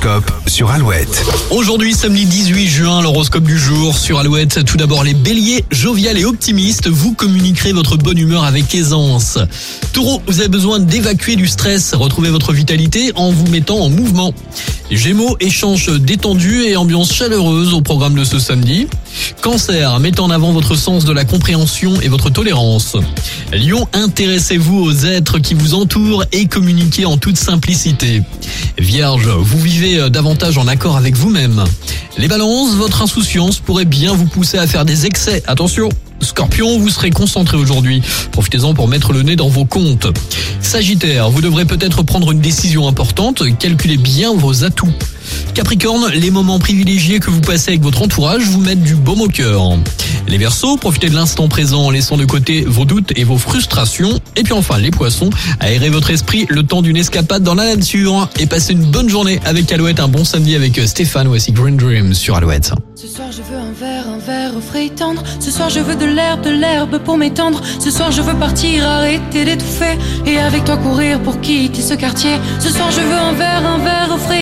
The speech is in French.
l'horoscope sur Alouette. Aujourd'hui, samedi 18 juin, l'horoscope du jour sur Alouette. Tout d'abord, les béliers, jovial et optimistes, vous communiquerez votre bonne humeur avec aisance. Taureau, vous avez besoin d'évacuer du stress. Retrouvez votre vitalité en vous mettant en mouvement. Les Gémeaux, échange détendu et ambiance chaleureuse au programme de ce samedi. Cancer, mettez en avant votre sens de la compréhension et votre tolérance. Lion, intéressez-vous aux êtres qui vous entourent et communiquez en toute simplicité. Vierge, vous vivez davantage en accord avec vous-même. Les balances, votre insouciance pourrait bien vous pousser à faire des excès. Attention. Scorpion, vous serez concentré aujourd'hui. Profitez-en pour mettre le nez dans vos comptes. Sagittaire, vous devrez peut-être prendre une décision importante. Calculez bien vos atouts. Capricorne, les moments privilégiés que vous passez avec votre entourage vous mettent du baume au cœur. Les Verseaux, profitez de l'instant présent en laissant de côté vos doutes et vos frustrations. Et puis enfin, les Poissons, aérez votre esprit le temps d'une escapade dans la nature et passez une bonne journée avec Alouette. Un bon samedi avec Stéphane, voici Green Dream sur Alouette. Ce soir je veux un verre au frais tendre. Ce soir je veux de l'herbe pour m'étendre. Ce soir je veux partir, arrêter d'étouffer et avec toi courir pour quitter ce quartier. Ce soir je veux un verre au frais